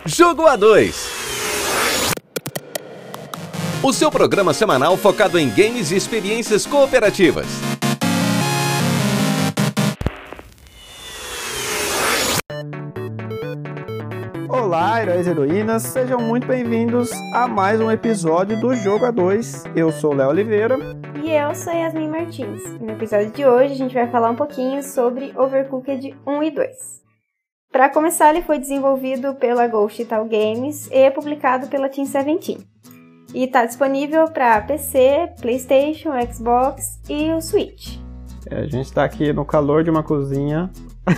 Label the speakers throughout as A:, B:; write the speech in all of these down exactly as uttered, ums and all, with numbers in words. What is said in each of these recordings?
A: Jogo A dois. O seu programa semanal focado em games e experiências cooperativas.
B: Olá, heróis e heroínas, sejam muito bem-vindos a mais um episódio do Jogo A dois. Eu sou o Léo Oliveira.
C: E eu sou Yasmin Martins. No episódio de hoje a gente vai falar um pouquinho sobre Overcooked um e dois. Para começar, ele foi desenvolvido pela Ghost Tal Games e é publicado pela Team Seventeen. E está disponível para P C, PlayStation, Xbox e o Switch.
B: É, a gente está aqui no calor de uma cozinha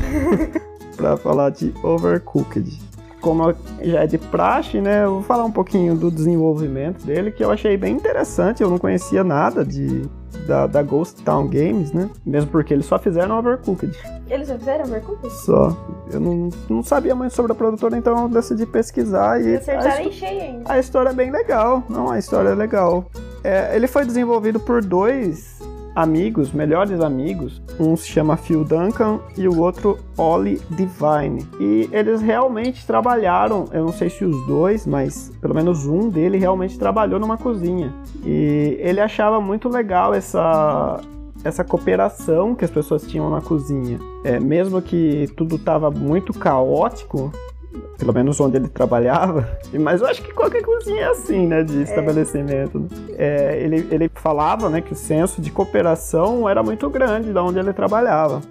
B: para falar de Overcooked. Como já é de praxe, né, eu vou falar um pouquinho do desenvolvimento dele, que eu achei bem interessante. Eu não conhecia nada de, da, da Ghost Town Games, né, mesmo porque eles só fizeram Overcooked.
C: Eles só fizeram Overcooked?
B: Só. Eu não, não sabia muito sobre a produtora, então eu decidi pesquisar. E
C: acertaram em cheio ainda.
B: A história é bem legal. Não, a história é legal. É, ele foi desenvolvido por dois amigos, melhores amigos. Um se chama Phil Duncan e o outro Ollie Divine. E eles realmente trabalharam, eu não sei se os dois, mas pelo menos um dele realmente trabalhou numa cozinha. E ele achava muito legal essa, essa cooperação que as pessoas tinham na cozinha. É, mesmo que tudo estava muito caótico, pelo menos onde ele trabalhava, mas eu acho que qualquer cozinha é assim, né, de estabelecimento. É, ele, ele falava, né, que o senso de cooperação era muito grande de onde ele trabalhava.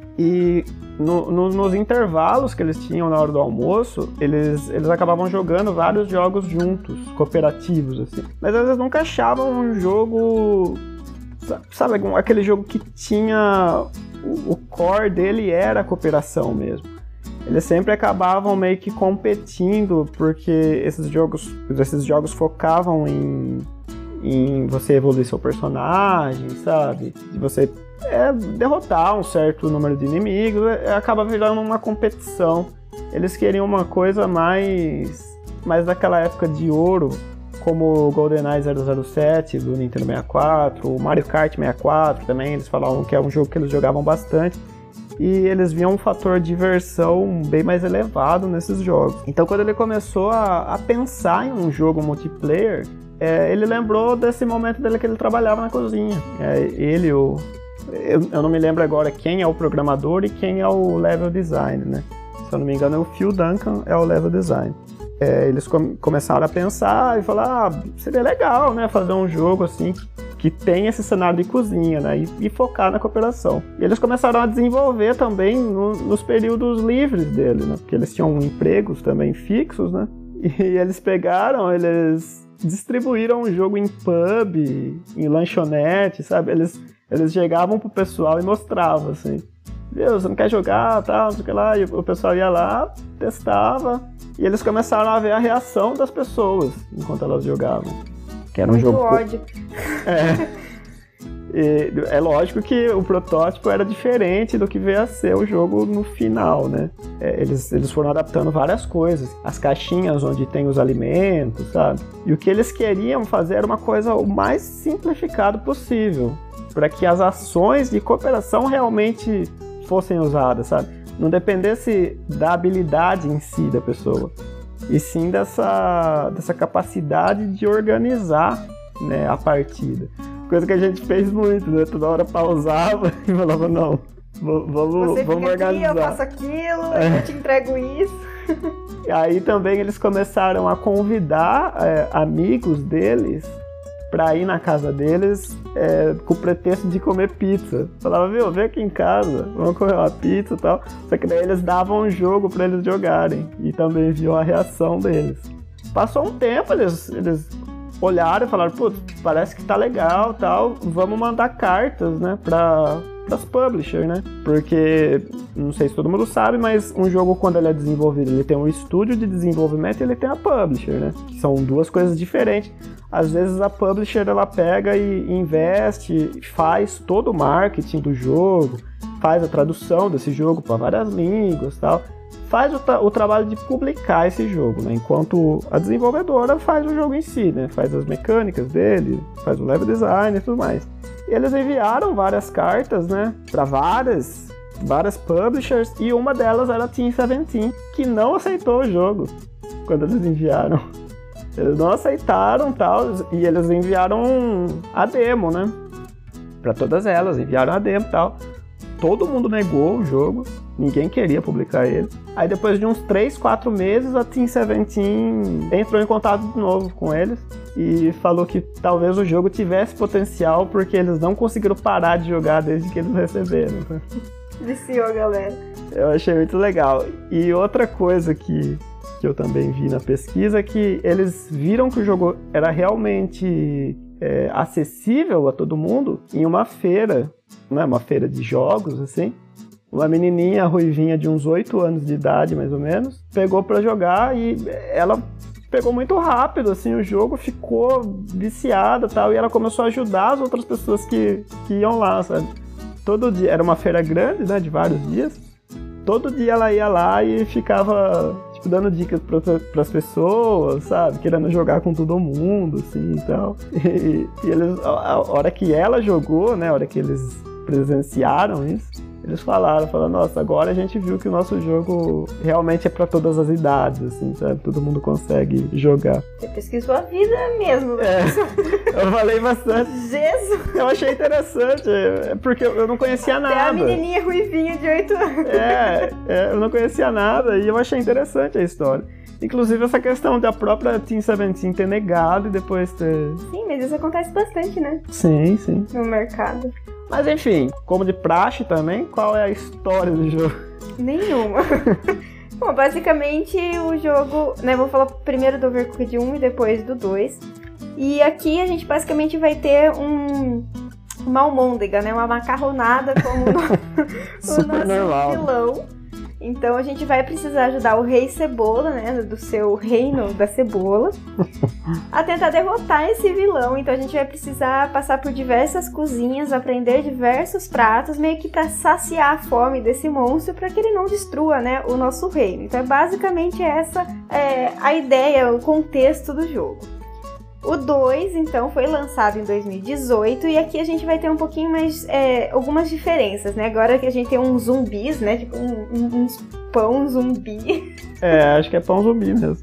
B: E no, no, nos intervalos que eles tinham na hora do almoço, eles, eles acabavam jogando vários jogos juntos, cooperativos, assim. Mas eles nunca achavam um jogo, sabe, aquele jogo que tinha, o, o core dele era a cooperação mesmo. Eles sempre acabavam meio que competindo, porque esses jogos, esses jogos focavam em, em você evoluir seu personagem, sabe? De você é, derrotar um certo número de inimigos, é, acaba virando uma competição. Eles queriam uma coisa mais, mais daquela época de ouro, como o GoldenEye zero zero sete do Nintendo sessenta e quatro, o Mario Kart sessenta e quatro também, eles falavam que é um jogo que eles jogavam bastante. E eles viam um fator de diversão bem mais elevado nesses jogos. Então, quando ele começou a, a pensar em um jogo multiplayer, é, ele lembrou desse momento dele que ele trabalhava na cozinha. É, ele, o, eu, eu não me lembro agora quem é o programador e quem é o level design, né? Se eu não me engano, o Phil Duncan é o level design. É, eles com, começaram a pensar e falar, ah, seria legal, né, fazer um jogo assim que tem esse cenário de cozinha, né, e, e focar na cooperação. E eles começaram a desenvolver também no, nos períodos livres dele, né, porque eles tinham empregos também fixos, né, e eles pegaram, eles distribuíram o jogo em pub, em lanchonete, sabe, eles, eles chegavam pro pessoal e mostravam, assim, viu, você não quer jogar, tal, não sei o que lá, e o pessoal ia lá, testava, e eles começaram a ver a reação das pessoas enquanto elas jogavam. Que era um
C: Muito
B: jogo.
C: ódio.
B: É. E é lógico que o protótipo era diferente do que veio a ser o jogo no final, né? É, eles, eles foram adaptando várias coisas. As caixinhas onde tem os alimentos, sabe? E o que eles queriam fazer era uma coisa o mais simplificado possível, para que as ações de cooperação realmente fossem usadas, sabe? Não dependesse da habilidade em si da pessoa, e sim dessa, dessa capacidade de organizar, né, a partida. Coisa que a gente fez muito, né? Toda hora pausava e falava, não, vamos,
C: Você
B: vamos
C: fica
B: organizar.
C: Aqui, eu faço aquilo, é. eu te entrego isso.
B: E aí também eles começaram a convidar é, amigos deles pra ir na casa deles é, com o pretexto de comer pizza. Falava, viu, vem aqui em casa, vamos comer uma pizza e tal. Só que daí eles davam um jogo pra eles jogarem e também viam a reação deles. Passou um tempo, eles, eles olharam e falaram, putz, parece que tá legal e tal, vamos mandar cartas, né, pra, pras publishers, né? Porque, não sei se todo mundo sabe, mas um jogo, quando ele é desenvolvido, ele tem um estúdio de desenvolvimento e ele tem a publisher, né? Que são duas coisas diferentes. Às vezes a publisher, ela pega e investe, faz todo o marketing do jogo, faz a tradução desse jogo para várias línguas e tal, faz o, tra- o trabalho de publicar esse jogo, né? Enquanto a desenvolvedora faz o jogo em si, né? Faz as mecânicas dele, faz o level design e tudo mais. E eles enviaram várias cartas, né, para várias, várias publishers, e uma delas era a Team Seventeen, que não aceitou o jogo. quando eles enviaram. Eles não aceitaram tal, e eles enviaram a demo, né? Pra todas elas, enviaram a demo e tal. Todo mundo negou o jogo, ninguém queria publicar ele. Aí depois de uns três, quatro meses, a Team Seventeen entrou em contato de novo com eles e falou que talvez o jogo tivesse potencial porque eles não conseguiram parar de jogar desde que eles receberam.
C: Viciou a galera.
B: Eu achei muito legal. E outra coisa que, que eu também vi na pesquisa é que eles viram que o jogo era realmente é, acessível a todo mundo em uma feira, né, uma feira de jogos, assim. Uma menininha ruivinha de uns oito anos de idade, mais ou menos, pegou pra jogar e ela pegou muito rápido, assim, o jogo, ficou viciada e tal, e ela começou a ajudar as outras pessoas que, que iam lá, sabe? Todo dia, era uma feira grande, né, de vários dias, todo dia ela ia lá e ficava, tipo, dando dicas pra, pras pessoas, sabe? Querendo jogar com todo mundo, assim, e tal. E, e eles, a, a hora que ela jogou, né, a hora que eles presenciaram isso, eles falaram, falaram, nossa, agora a gente viu que o nosso jogo realmente é pra todas as idades, assim, sabe? Todo mundo consegue jogar.
C: Você pesquisou a vida mesmo.
B: É, eu falei bastante.
C: Jesus!
B: Eu achei interessante, porque eu não conhecia
C: Até
B: nada.
C: a menininha ruivinha de oito anos.
B: É, é, eu não conhecia nada e eu achei interessante a história. Inclusive essa questão da própria Team Seventeen ter negado e depois ter...
C: Sim, mas isso acontece bastante, né?
B: Sim, sim.
C: No mercado.
B: Mas enfim, como de praxe também, qual é a história do jogo?
C: Nenhuma. Bom, basicamente o jogo, né, vou falar primeiro do Overcooked um e depois do dois. E aqui a gente basicamente vai ter um uma almôndega, né, uma macarronada como no, o nosso
B: normal.
C: vilão. Então a gente vai precisar ajudar o Rei Cebola, né, do seu reino da cebola, a tentar derrotar esse vilão. Então a gente vai precisar passar por diversas cozinhas, aprender diversos pratos, meio que para saciar a fome desse monstro, para que ele não destrua, né, o nosso reino. Então é basicamente essa é, a ideia, o contexto do jogo. O dois, então, foi lançado em dois mil e dezoito e aqui a gente vai ter um pouquinho mais, é, algumas diferenças, né? Agora que a gente tem uns zumbis, né? Tipo, um, um, uns pão zumbi.
B: É, acho que é pão zumbi mesmo.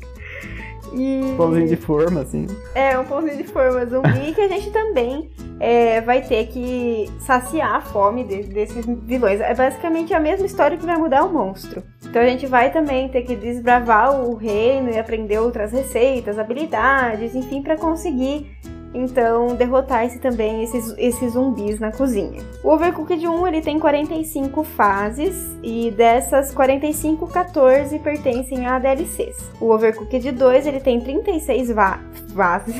C: E...
B: Pãozinho de forma, assim.
C: É, um pãozinho de forma zumbi que a gente também é, vai ter que saciar a fome de, desses vilões. É basicamente a mesma história que vai mudar o monstro. Então a gente vai também ter que desbravar o reino e aprender outras receitas, habilidades, enfim, para conseguir, então, derrotar esse, também esses, esses zumbis na cozinha. O Overcooked um, ele tem quarenta e cinco fases e dessas quarenta e cinco, quatorze pertencem a D L Cs. O Overcooked dois, ele tem trinta e seis va- vases.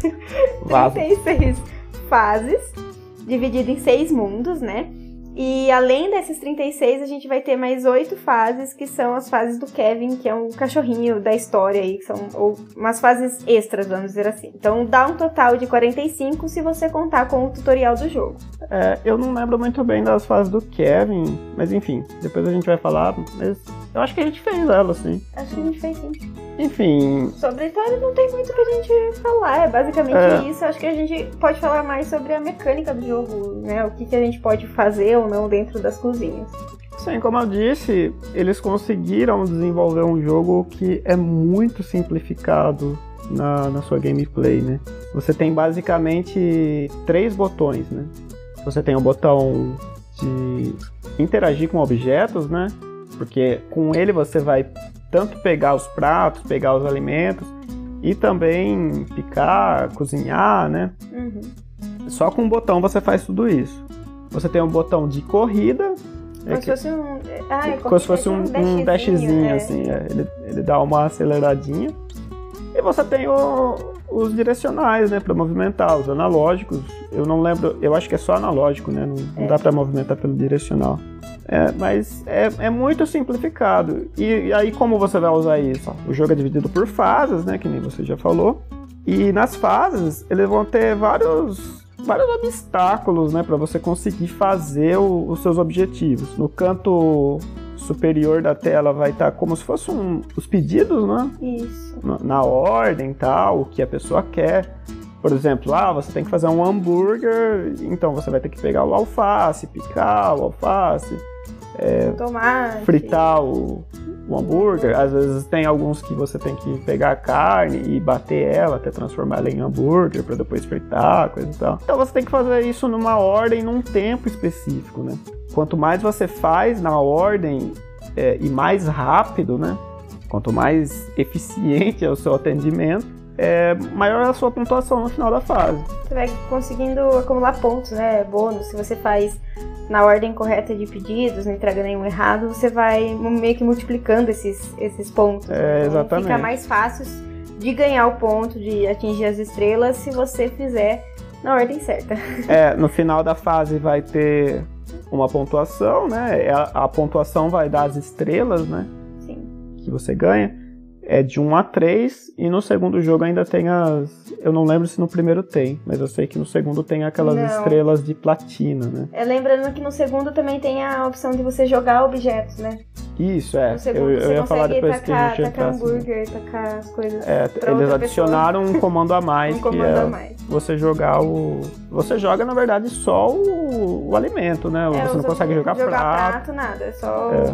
C: trinta e seis fases, dividido em seis mundos, né? E além desses trinta e seis, a gente vai ter mais oito fases, que são as fases do Kevin, que é um cachorrinho da história aí, que são ou, umas fases extras, vamos dizer assim. Então dá um total de quarenta e cinco se você contar com o tutorial do jogo.
B: É, eu não lembro muito bem das fases do Kevin, mas enfim, depois a gente vai falar, mas eu acho que a gente fez ela, sim.
C: Acho que a gente fez sim.
B: Enfim...
C: Sobre a história não tem muito o que a gente falar, é basicamente é. isso. Acho que a gente pode falar mais sobre a mecânica do jogo, né? O que, que a gente pode fazer ou não dentro das cozinhas.
B: Sim, como eu disse, eles conseguiram desenvolver um jogo que é muito simplificado na, na sua gameplay, né? Você tem basicamente três botões, né? Você tem o botão de interagir com objetos, né? Porque com ele você vai tanto pegar os pratos, pegar os alimentos e também picar, cozinhar, né?
C: Uhum.
B: Só com um botão você faz tudo isso. Você tem um botão de corrida.
C: Como é se fosse um... Ah, é
B: como se fosse um, um dashzinho, é. assim. É, ele, ele dá uma aceleradinha. E você tem o, os direcionais, né? Pra movimentar, os analógicos. Eu não lembro... Eu acho que é só analógico, né? Não, não
C: é.
B: dá pra movimentar pelo direcional. É, mas é, é muito simplificado. E, e aí como você vai usar isso? O jogo é dividido por fases, né? Que nem você já falou. E nas fases, eles vão ter vários... vários obstáculos, né, para você conseguir fazer o, os seus objetivos. No canto superior da tela vai estar como se fossem um, os pedidos, né?
C: Isso.
B: Na, na ordem, tal, o que a pessoa quer. Por exemplo, ah, você tem que fazer um hambúrguer, então você vai ter que pegar o alface, picar o alface, é,
C: tomate,
B: fritar o, o hambúrguer. Às vezes tem alguns que você tem que pegar a carne e bater ela até transformar ela em hambúrguer para depois fritar, coisa e tal. Então você tem que fazer isso numa ordem, num tempo específico, né? Quanto mais você faz na ordem é, e mais rápido, né? Quanto mais eficiente é o seu atendimento, é, maior é a sua pontuação no final da fase.
C: Você vai conseguindo acumular pontos, né? Bônus. Se você faz na ordem correta de pedidos, não entrega nenhum errado, você vai meio que multiplicando esses, esses pontos.
B: É,
C: então
B: exatamente.
C: fica mais fácil de ganhar o ponto, de atingir as estrelas, se você fizer na ordem certa.
B: É, no final da fase vai ter uma pontuação, né? A, a pontuação vai dar as estrelas, né?
C: Sim.
B: Que você ganha. É de um a três, e no segundo jogo ainda tem as... Eu não lembro se no primeiro tem, mas eu sei que no segundo tem aquelas
C: não.
B: estrelas de platina, né?
C: É, lembrando que no segundo também tem a opção de você jogar objetos, né?
B: Isso, é.
C: No segundo
B: eu, eu
C: você
B: ia falar
C: consegue
B: depois
C: tacar,
B: que a gente
C: tacar
B: entrasse,
C: hambúrguer, né? Tacar as coisas
B: É,
C: pra
B: eles
C: outra
B: adicionaram
C: pessoa.
B: um comando a mais,
C: um comando
B: que é
C: a mais.
B: você jogar o... Você joga, na verdade, só o, o alimento, né?
C: É,
B: você não consegue jogar,
C: jogar
B: prato.
C: prato, nada. É só
B: É.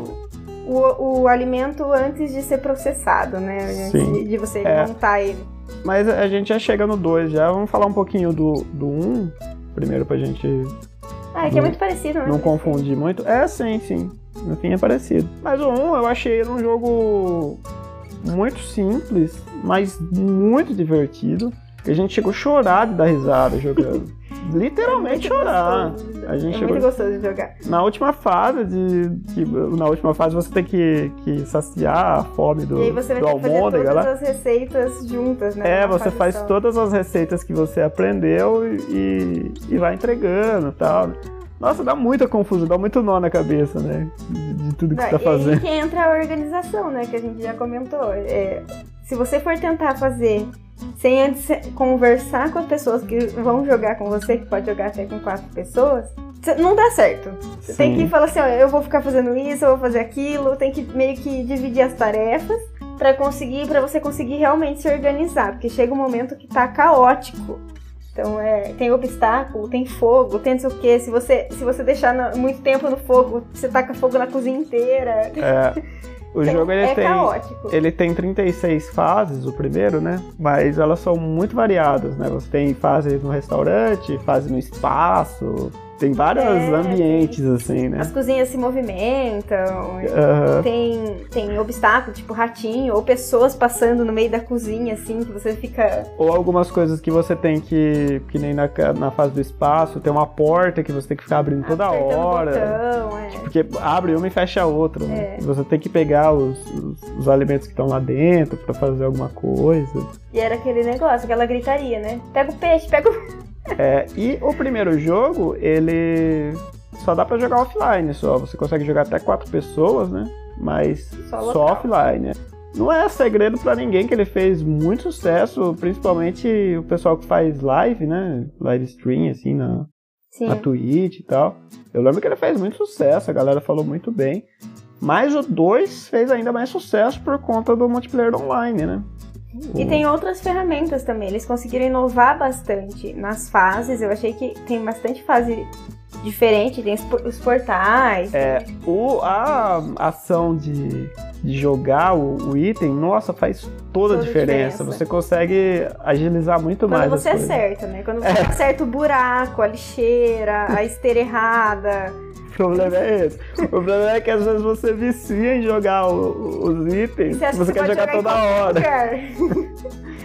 C: o, o alimento antes de ser processado, né?
B: Sim.
C: Antes de você
B: É.
C: montar ele.
B: Mas a gente já chega no dois já. Vamos falar um pouquinho do, do um, primeiro pra gente
C: Ah, é que
B: Não-
C: é muito parecido, né?
B: não confundir muito. É, sim, sim. No fim é parecido. Mas o um eu achei ele um jogo muito simples, mas muito divertido. A gente chegou a chorar de dar risada jogando. Literalmente
C: É muito
B: chorar.
C: gostoso.
B: A gente
C: É
B: chegou...
C: muito gostoso de jogar.
B: Na última fase, de, que, na última fase você tem que, que saciar a fome do,
C: E aí você vai
B: do
C: ter que fazer
B: almôndega
C: todas
B: lá.
C: as receitas juntas, né?
B: É,
C: numa
B: você
C: fase
B: faz
C: só.
B: todas as receitas que você aprendeu e, e vai entregando e tal. Nossa, dá muita confusão, dá muito nó na cabeça, né? De, de tudo que
C: Não,
B: você tá
C: e aí
B: fazendo.
C: que entra a organização, né? Que a gente já comentou. É, se você for tentar fazer sem antes conversar com as pessoas que vão jogar com você, que pode jogar até com quatro pessoas, cê- não dá certo. Você
B: Sim.
C: tem que falar assim, ó, eu vou ficar fazendo isso, eu vou fazer aquilo, tem que meio que dividir as tarefas pra conseguir, para você conseguir realmente se organizar, porque chega um momento que tá caótico. Então, é, tem obstáculo, tem fogo, tem não sei o quê. Se você, se você deixar na- muito tempo no fogo, você taca fogo na cozinha inteira.
B: É, o
C: Então,
B: jogo ele
C: é
B: tem,
C: caótico.
B: ele tem trinta e seis fases, o primeiro, né? Mas elas são muito variadas, né? Você tem fase no restaurante, fase no espaço, tem vários
C: É,
B: ambientes, assim, né?
C: As cozinhas se movimentam,
B: Aham.
C: tem, tem obstáculo, tipo ratinho, ou pessoas passando no meio da cozinha, assim, que você fica...
B: Ou algumas coisas que você tem que, que nem na, na fase do espaço, tem uma porta que você tem que ficar abrindo toda
C: apertando o
B: hora.
C: botão, é.
B: Porque abre uma e fecha a outra, né?
C: É.
B: Você tem que pegar os, os, os alimentos que estão lá dentro pra fazer alguma coisa.
C: E era aquele negócio, aquela gritaria, né? Pega o peixe, pega o...
B: É, e o primeiro jogo, ele só dá pra jogar offline só. Você consegue jogar até quatro pessoas, né? Mas
C: Só
B: só,
C: local.
B: offline, né? Não é segredo pra ninguém que ele fez muito sucesso, principalmente o pessoal que faz live, né? Live stream, assim, na,
C: Sim.
B: na Twitch e tal. Eu lembro que ele fez muito sucesso, a galera falou muito bem. Mas o dois fez ainda mais sucesso por conta do multiplayer online, né?
C: E tem outras ferramentas também. Eles conseguiram inovar bastante nas fases. Eu achei que tem bastante fase diferente. Tem os por- os portais.
B: É, o, a ação de, de jogar o, o item, nossa, faz toda,
C: Toda
B: a
C: a
B: diferença.
C: diferença.
B: Você consegue agilizar muito
C: Quando
B: mais
C: você
B: as coisas.
C: acerta, né? Quando você acerta o buraco, a lixeira, a esteira errada.
B: O problema é esse. O problema é que às vezes você vicia em jogar o- os itens.
C: Você acha
B: Você
C: que
B: quer
C: pode
B: jogar
C: em
B: toda
C: qualquer
B: hora.
C: lugar.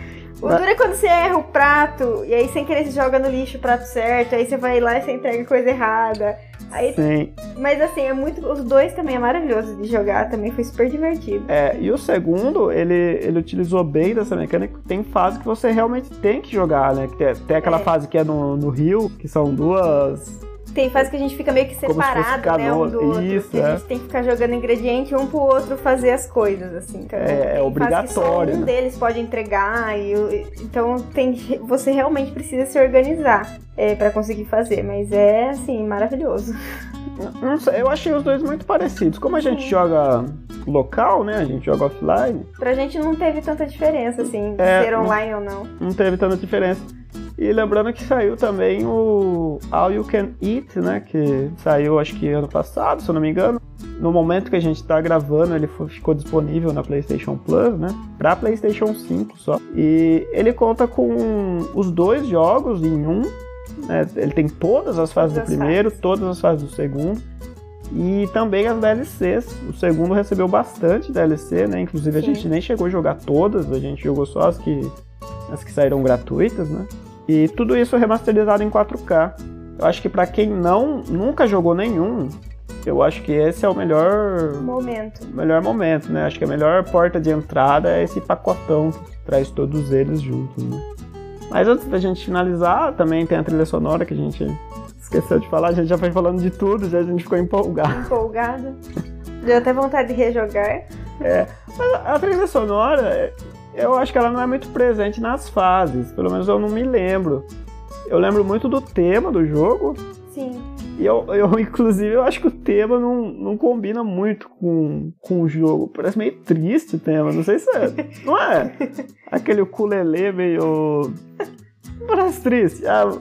C: O duro é quando você erra o prato e aí sem querer você joga no lixo o prato certo, aí você vai lá e você entrega coisa errada. Aí,
B: Sim.
C: mas assim, é muito. Os dois também é maravilhoso de jogar, também foi super divertido.
B: É, e o segundo, ele, ele utilizou bem dessa mecânica. Tem fase que você realmente tem que jogar, né? Que tem, tem aquela
C: É.
B: fase que é no, no rio, que são duas...
C: Tem fase que a gente fica meio que
B: Como se fosse
C: separado, né, um
B: canoa.
C: do outro.
B: Isso,
C: que a
B: é.
C: gente tem que ficar jogando ingrediente um pro outro fazer as coisas, assim. Então,
B: É, é
C: tem fase que
B: obrigatório,
C: só um
B: né?
C: deles pode entregar, e, o- então tem, que- você realmente precisa se organizar é, pra conseguir fazer, mas é, assim, maravilhoso.
B: Não sei, eu achei os dois muito parecidos. Como a gente
C: Sim.
B: joga local, né? A gente joga offline,
C: Pra gente não teve tanta diferença, assim, de
B: É,
C: ser
B: não-
C: online ou não.
B: não teve tanta diferença. E lembrando que saiu também o All You Can Eat, né? Que saiu acho que ano passado, se eu não me engano. no momento que a gente tá gravando, ele foi, ficou disponível na PlayStation Plus, né? Pra PlayStation cinco só. E ele conta com os dois jogos em um, né? Ele tem todas as fases
C: Todas
B: do
C: as
B: primeiro,
C: fases.
B: todas as fases do segundo. E também as D L Cs. O segundo recebeu bastante D L C, né? Inclusive a
C: Sim.
B: gente nem chegou a jogar todas, a gente jogou só as que, as que saíram gratuitas, né? E tudo isso remasterizado em quatro K. Eu acho que pra quem não, nunca jogou nenhum, eu acho que esse é o melhor
C: Momento.
B: melhor momento, né? Acho que a melhor porta de entrada é esse pacotão que traz todos eles juntos, né? Mas antes da gente finalizar, também tem a trilha sonora que a gente esqueceu de falar, a gente já foi falando de tudo, já a gente ficou empolgado.
C: Empolgado. Deu até vontade de rejogar.
B: É, mas a trilha sonora, eu acho que ela não é muito presente nas fases, pelo menos eu não me lembro. Eu lembro muito do tema do jogo,
C: Sim.
B: e eu, eu inclusive, eu acho que o tema não, não combina muito com, com o jogo. Parece meio triste o tema, não sei se é. Não é? Aquele ukulele meio... Parece triste. A,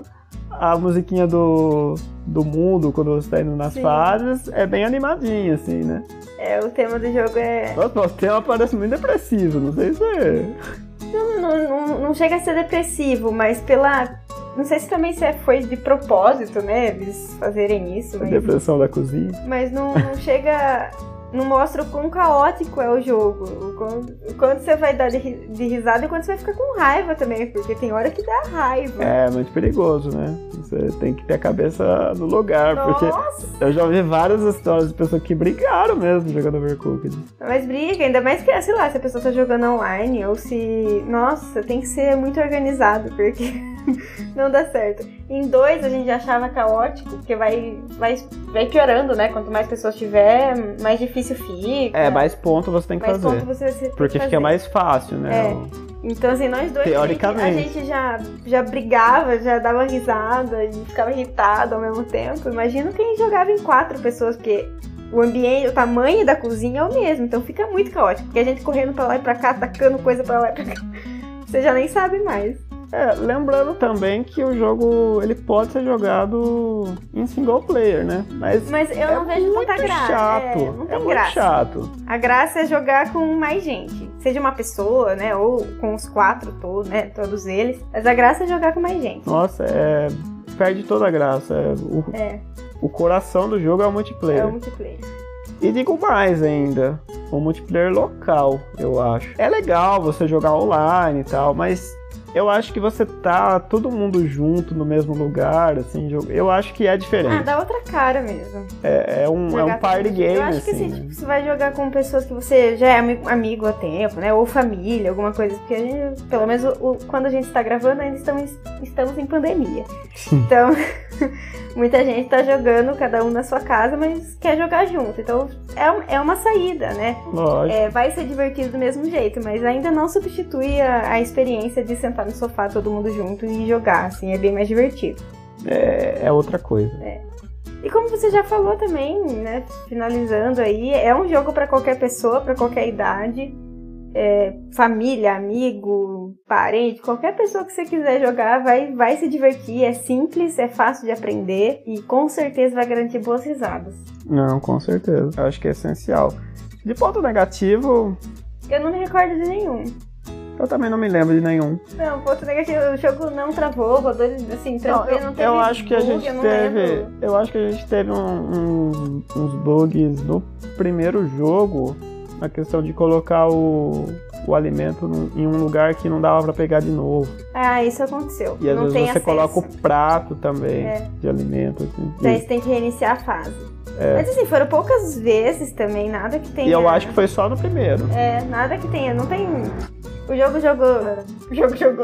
B: a musiquinha do, do mundo, quando você tá indo nas
C: Sim.
B: fases, é bem animadinha, assim, né?
C: É, o tema do jogo é...
B: Nossa, o tema parece muito depressivo, não sei se é...
C: Não, não, não, não chega a ser depressivo, mas pela... Não sei se também se é- foi de propósito, né? Eles fazerem isso,
B: A
C: mas...
B: depressão da cozinha.
C: Mas não, não chega... Não mostra o quão caótico é o jogo. O quão- o quanto você vai dar de, ri- de risada e quanto você vai ficar com raiva também. Porque tem hora que dá raiva.
B: É muito perigoso, né? Você tem que ter a cabeça no lugar, porque
C: Nossa!
B: eu já ouvi várias histórias de pessoas que brigaram mesmo jogando Overcooked.
C: Mas briga, ainda mais que, sei lá, se a pessoa tá jogando online ou se... Nossa, tem que ser muito organizado, porque não dá certo. Em dois a gente já achava caótico, porque vai, vai, vai piorando, né? Quanto mais pessoas tiver, mais difícil fica.
B: É, mais ponto você tem que
C: mais
B: fazer.
C: ponto você você tem
B: Porque
C: que
B: fica
C: fazer.
B: mais fácil, né?
C: É. Então, assim, nós dois, a gente,
B: Teoricamente.
C: a gente já, já brigava, já dava risada e ficava irritado ao mesmo tempo. Imagina quem jogava em quatro pessoas, porque o ambiente, o tamanho da cozinha é o mesmo, então fica muito caótico. Porque a gente correndo pra lá e pra cá, tacando coisa pra lá e pra cá. Você já nem sabe mais.
B: É, lembrando também que o jogo ele pode ser jogado em single player, né? Mas,
C: Mas eu
B: é
C: não vejo
B: muito
C: tanta graça.
B: chato.
C: É, não tem
B: é muito
C: graça.
B: chato.
C: A graça é jogar com mais gente. Seja uma pessoa, né? Ou com os quatro todos, né? Todos eles. Mas a graça é jogar com mais gente.
B: Nossa, é... perde toda a graça. É, O,
C: É,
B: o coração do jogo é o multiplayer.
C: é o multiplayer.
B: E digo mais ainda, o multiplayer local, eu acho. É legal você jogar online e tal, mas eu acho que você tá todo mundo junto no mesmo lugar, assim, jo- eu acho que é
C: Ah,
B: diferente.
C: dá outra cara mesmo.
B: É, é um, é
C: Jogar
B: um
C: com-
B: party game,
C: Eu acho que
B: assim.
C: assim,
B: né?
C: tipo, você vai jogar com pessoas que você já é ami- amigo há tempo, né? Ou família, alguma coisa. Porque a gente, pelo menos o- o- quando a gente está gravando, ainda estamos, estamos em pandemia. Então, muita gente tá jogando, cada um na sua casa, mas quer jogar junto. Então, é, um- é uma saída, né?
B: Lógico.
C: É, vai ser divertido do mesmo jeito, mas ainda não substitui a, a experiência de sentar no sofá todo mundo junto e jogar, assim, é bem mais divertido.
B: É, é outra coisa.
C: E como você já falou também, né, finalizando aí, é um jogo para qualquer pessoa, para qualquer idade, é, família, amigo, parente, qualquer pessoa que você quiser jogar vai, vai se divertir, é simples, é fácil de aprender e com certeza vai garantir boas risadas.
B: Não, com certeza. Eu acho que é essencial. De ponto negativo,
C: Eu não me recordo de nenhum.
B: eu também não me lembro de nenhum.
C: Não, ponto negativo, o jogo não travou, rodou assim,
B: Não,
C: tranquilo,
B: eu,
C: não teve
B: eu acho que a
C: bug,
B: gente
C: eu não
B: teve.
C: lembro.
B: Eu acho que a gente teve um- um- uns bugs no primeiro jogo, na questão de colocar o, o alimento num- em um lugar que não dava pra pegar de novo.
C: Ah, isso aconteceu.
B: E às
C: não
B: vezes
C: tem
B: você
C: acesso.
B: coloca o prato também
C: É.
B: de alimento. Assim.
C: Daí
B: E,
C: você tem que reiniciar a fase. Mas assim, foram poucas vezes também, nada que tenha...
B: e eu acho que foi só no primeiro.
C: É, nada que tenha, não tem... O jogo jogou... O jogo jogou...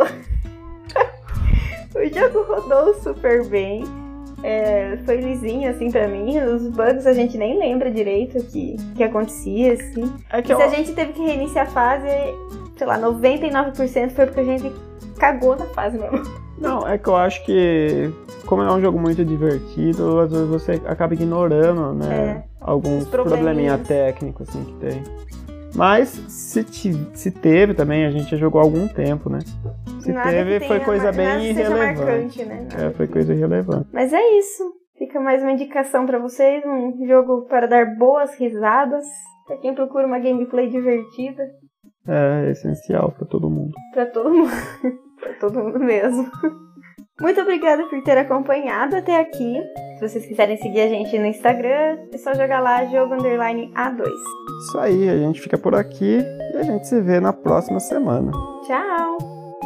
C: O jogo rodou super bem. É, foi lisinho, assim, pra mim. Os bugs a gente nem lembra direito o que, que acontecia, assim.
B: É que
C: Se
B: eu,
C: a gente teve que reiniciar a fase, sei lá, noventa e nove por cento foi porque a gente cagou na fase mesmo.
B: não, é que eu acho que, como é um jogo muito divertido, às vezes você acaba ignorando, né? Alguns
C: Os probleminhas.
B: probleminha técnicos assim que tem. Mas se, ti- se teve também, a gente já jogou há algum tempo, né? Se
C: Nada
B: teve,
C: que
B: foi
C: tenha
B: coisa
C: mar-
B: bem
C: nada seja
B: irrelevante.
C: marcante, né? Nada
B: É, foi
C: que-
B: coisa irrelevante.
C: Mas é isso. Fica mais uma indicação pra vocês, um jogo para dar boas risadas, pra quem procura uma gameplay divertida.
B: É essencial pra todo mundo.
C: Pra todo mundo. Pra todo mundo mesmo. Muito obrigada por ter acompanhado até aqui. Se vocês quiserem seguir a gente no Instagram, é só jogar lá jogo underline A dois.
B: Isso aí, a gente fica por aqui e a gente se vê na próxima semana.
C: Tchau!